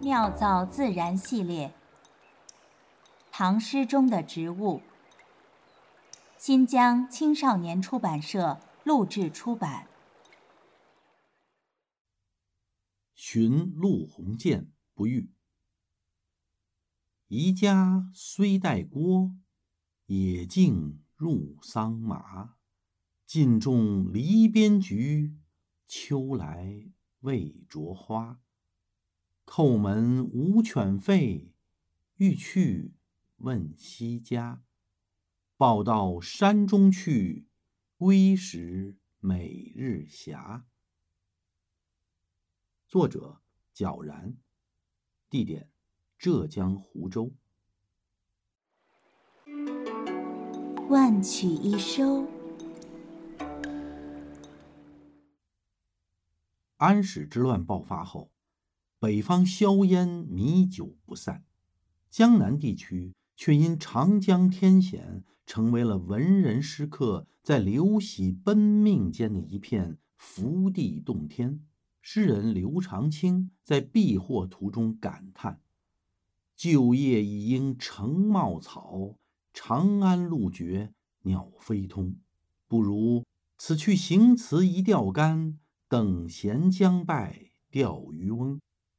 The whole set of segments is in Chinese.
妙造自然系列，唐诗中的植物，新疆青少年出版社录制出版。 寻陆鸿渐不遇。宜家虽带锅，野径入桑麻。尽种篱边菊，秋来未着花。叩门无犬吠，欲去问西家。报到山中去，归时每日斜。作者皎然，地点浙江湖州。 万曲一收。 安史之乱爆发后，北方硝烟弥久不散，江南地区却因长江天险，成为了文人诗客在流徙奔命间的一片福地洞天。诗人刘长卿在避祸图中感叹：旧业已应成茂草，长安路绝鸟飞通。不如此去行辞一钓竿，等闲将败钓渔翁。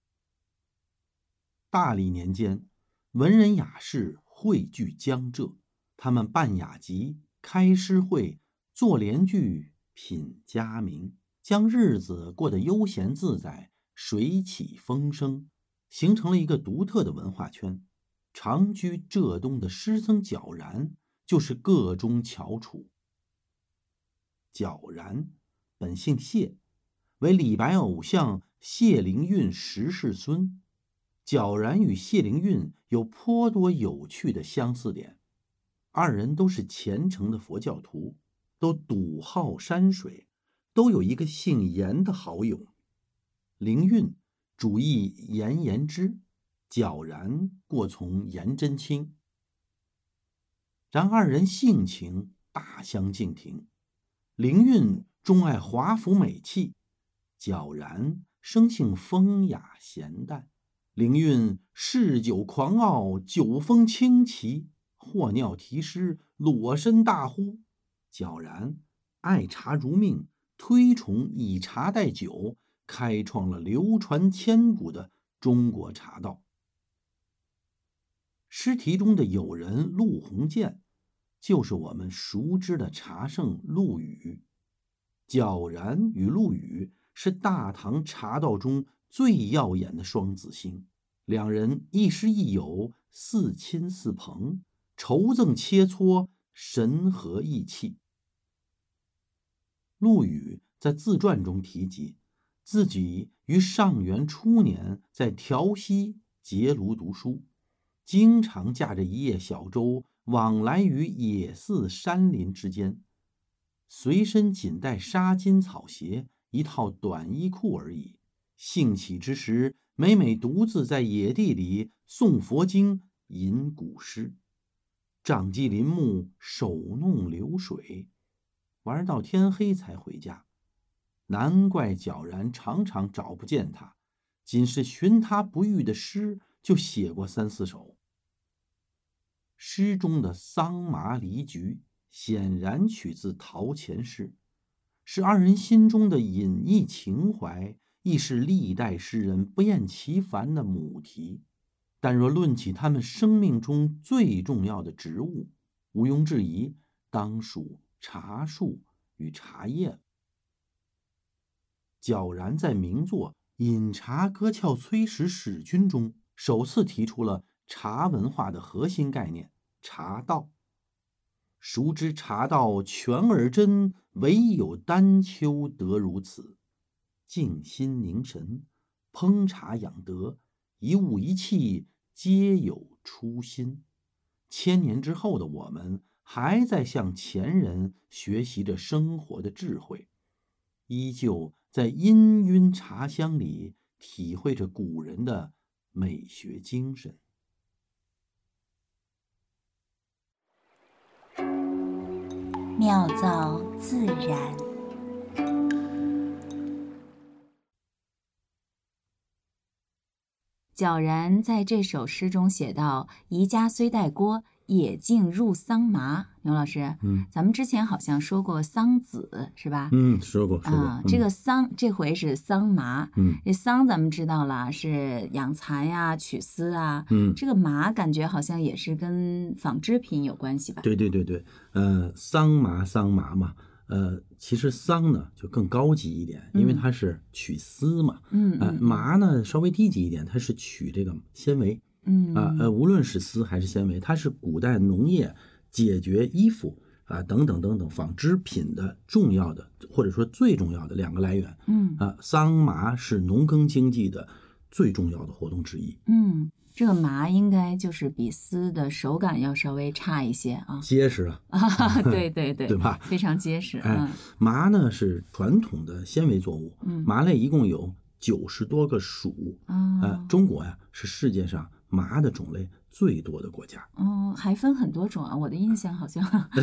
大历年间，文人雅士汇聚江浙，他们办雅集、开诗会、作联句、品佳茗，将日子过得悠闲自在，水起风生，形成了一个独特的文化圈。长居浙东的诗僧皎然就是个中翘楚。皎然本姓谢，为李白偶像谢灵运十世孙。皎然与谢灵运有颇多有趣的相似点，二人都是虔诚的佛教徒，都笃好山水，都有一个姓严的好友。灵运主义严言之，皎然过从颜真卿。然二人性情大相径庭，灵运钟爱华服美器，皎然生性风雅闲淡。灵运嗜酒狂傲，酒风轻奇，霍尿题诗，裸身大呼。皎然爱茶如命，推崇以茶代酒，开创了流传千古的中国茶道。诗题中的友人陆鸿渐，就是我们熟知的茶圣陆羽。皎然与陆羽是大唐茶道中最耀眼的双子星，两人亦师亦友，似亲似朋，酬赠切磋，神和意气。陆羽在自传中提及，自己于上元初年在调溪结庐读书，经常驾着一叶小舟往来于野寺山林之间，随身仅带纱巾草鞋一套短衣裤而已。兴起之时，每每独自在野地里诵佛经、吟古诗，仗机林木，手弄流水，玩到天黑才回家。难怪皎然常常找不见他，仅是寻他不遇的诗就写过3、4首。诗中的桑麻梨菊显然取自陶潜诗，是二人心中的隐逸情怀，亦是历代诗人不厌其烦的母题。但若论起他们生命中最重要的植物，毋庸置疑，当属茶树与茶叶。皎然在名作《饮茶歌翘崔氏使君》中，首次提出了茶文化的核心概念——茶道。熟知茶道全而真，唯有丹丘得如此。静心凝神，烹茶养德，一物一器皆有初心。千年之后的我们，还在向前人学习着生活的智慧，依旧在氤氲茶香里体会着古人的美学精神。 妙造自然。 皎然在这首诗中写道：宜家虽带锅，野径入桑麻。牛老师，咱们之前好像说过桑梓是吧？ 说过啊。这个桑这回是桑麻。这桑咱们知道了是养蚕呀、取丝啊。这个麻感觉好像也是跟纺织品有关系吧？ 对，桑麻嘛。其实桑呢就更高级一点，因为它是取丝嘛。麻呢稍微低级一点，它是取这个纤维。无论是丝还是纤维，它是古代农业解决衣服等等纺织品的重要的或者说最重要的2个来源。桑麻是农耕经济的最重要的活动之一。 这个麻应该就是比丝的手感要稍微差一些啊， 结实对， 对吧？ 非常结实。 麻呢是传统的纤维作物，麻类一共有90多个属。中国呀是世界上麻的种类最多的国家。 还分很多种啊，我的印象好像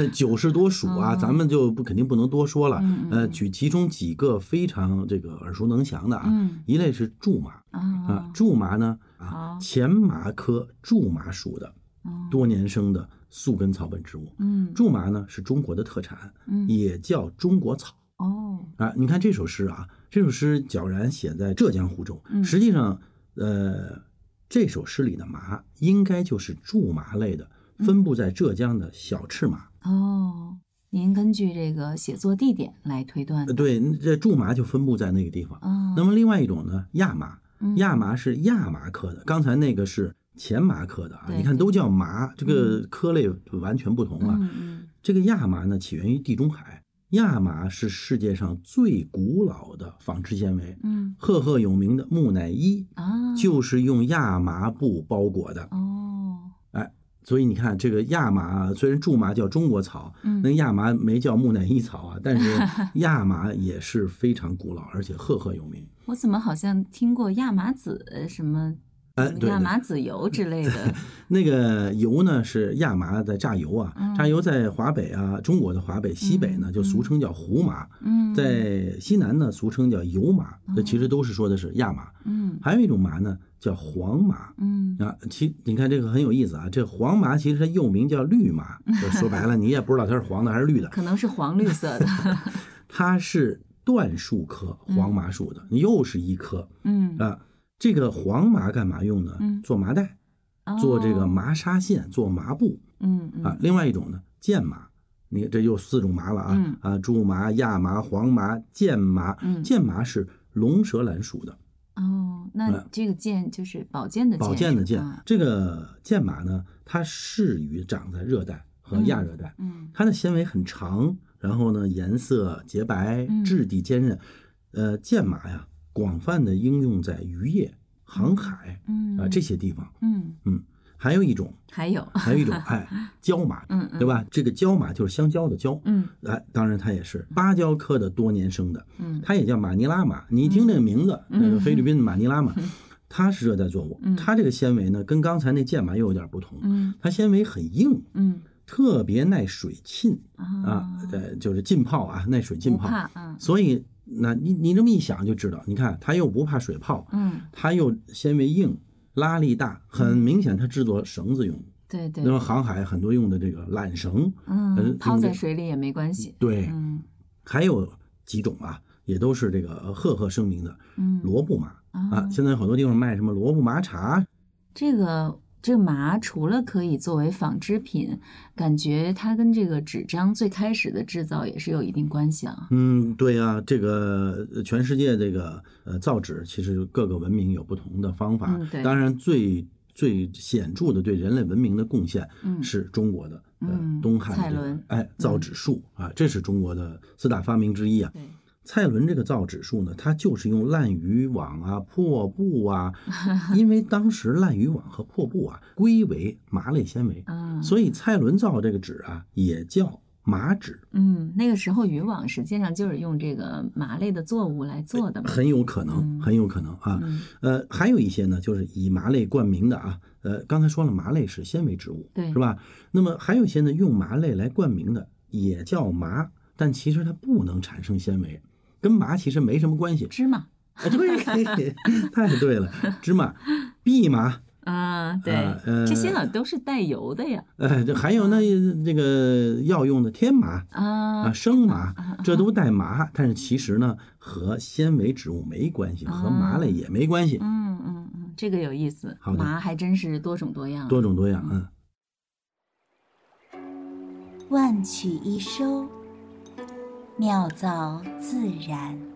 90多属啊，咱们就肯定不能多说了。举其中几个非常这个耳熟能详的一类是苎麻。苎麻呢前麻科苎麻属的多年生的宿根草本植物。苎麻呢是中国的特产，也叫中国草。你看这首诗皎然写在浙江湖州。实际上这首诗里的麻应该就是苎麻类的，分布在浙江的小赤麻。 您根据这个写作地点来推断的。 对，这苎麻就分布在那个地方。那么另外一种呢，亚麻。亚麻是亚麻科的，刚才那个是前麻科的你看都叫麻，这个科类完全不同这个亚麻呢起源于地中海。亚麻是世界上最古老的纺织纤维。赫赫有名的木乃伊就是用亚麻布包裹的。所以你看这个亚麻虽然苎麻叫中国草，那亚麻没叫木乃伊草但是亚麻也是非常古老而且赫赫有名。 我怎么好像听过亚麻籽什么亚麻籽油之类的。 那个油呢是亚麻在榨油榨油在华北中国的华北西北呢就俗称叫胡麻。在西南呢俗称叫油麻。这其实都是说的是亚麻。还有一种麻呢叫黄麻。你看这个很有意思这黄麻其实它又名叫绿麻。说白了你也不知道它是黄的还是绿的， 可能是黄绿色的。 它是椴树科黄麻属的，又是一科。这个黄麻干嘛用呢？做麻袋，做这个麻纱线，做麻布。另外一种呢剑麻。你这又4种麻了苎麻、亚麻、黄麻、剑麻。剑麻是龙舌兰属的。 那这个剑就是宝剑的剑。 宝剑的剑。这个剑麻呢它适于长在热带和亚热带。它的纤维很长，然后呢颜色洁白，质地坚韧。剑麻呀广泛的应用在渔业、航海这些地方。还有一种椒麻。对吧？这个椒麻就是香蕉的蕉。当然它也是芭蕉科的多年生的。它也叫马尼拉麻。你一听这个名字，那个菲律宾的马尼拉麻，它是热带作物。它这个纤维呢跟刚才那剑麻又有点不同。它纤维很硬。特别耐水浸就是浸泡耐水浸泡。所以那你这么一想就知道，你看它又不怕水泡。它又纤维硬，拉力大，很明显它制作绳子用。 对。 那么航海很多用的这个缆绳。 泡在水里也没关系。 对。还有几种也都是这个赫赫声名的。罗布麻现在很多地方卖什么罗布麻茶。 这个麻除了可以作为纺织品，感觉它跟这个纸张最开始的制造也是有一定关系对这个全世界这个造纸其实各个文明有不同的方法。当然最显著的对人类文明的贡献是中国的东汉蔡伦造纸术这是中国的4大发明之一。蔡伦这个造纸术呢，它就是用烂渔网破布因为当时烂渔网和破布归为麻类纤维。所以蔡伦造这个纸也叫麻纸。 那个时候渔网实际上就是用这个麻类的作物来做的嘛。 很有可能还有一些呢就是以麻类冠名的刚才说了麻类是纤维植物， 对， 是吧？那么还有一些呢用麻类来冠名的也叫麻，但其实它不能产生纤维，跟麻其实没什么关系。 芝麻。 对，太对了，芝麻。 蓖麻啊，对，这些都是带油的呀。 这还有这个药用的天麻生麻，这都带麻，但是其实呢和纤维植物没关系，和麻类也没关系。 这个有意思。 好的， 麻还真是多种多样。 多种多样。 万曲一收，妙造自然。